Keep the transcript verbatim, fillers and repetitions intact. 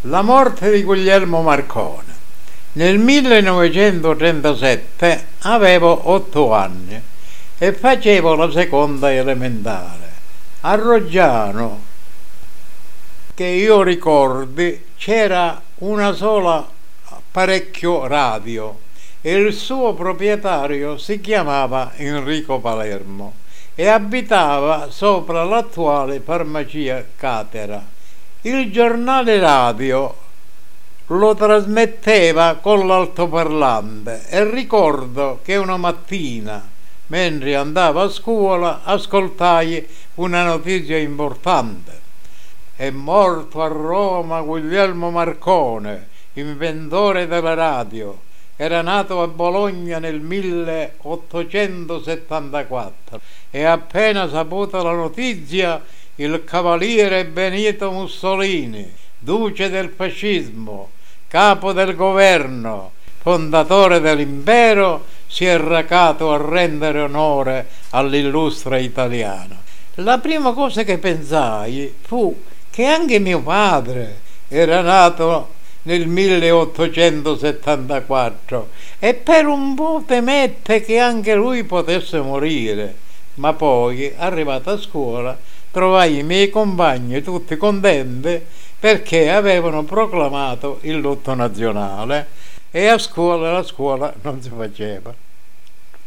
La morte di Guglielmo Marcone. Nel millenovecentotrentasette avevo otto anni e facevo la seconda elementare. A Roggiano, che io ricordi, c'era una sola apparecchio radio e il suo proprietario si chiamava Enrico Palermo e abitava sopra l'attuale farmacia Catera. Il giornale radio lo trasmetteva con l'altoparlante e ricordo che una mattina, mentre andavo a scuola, ascoltai una notizia importante. È morto a Roma Guglielmo Marcone, inventore della radio. Era nato a Bologna nel milleottocentosettantaquattro e appena saputa la notizia il cavaliere Benito Mussolini, duce del fascismo, capo del governo, fondatore dell'impero, si è recato a rendere onore all'illustre italiano. La prima cosa che pensai fu che anche mio padre era nato nel milleottocentosettantaquattro e per un po' temette che anche lui potesse morire, ma poi, arrivato a scuola, trovai i miei compagni tutti contenti perché avevano proclamato il lutto nazionale e a scuola la scuola non si faceva.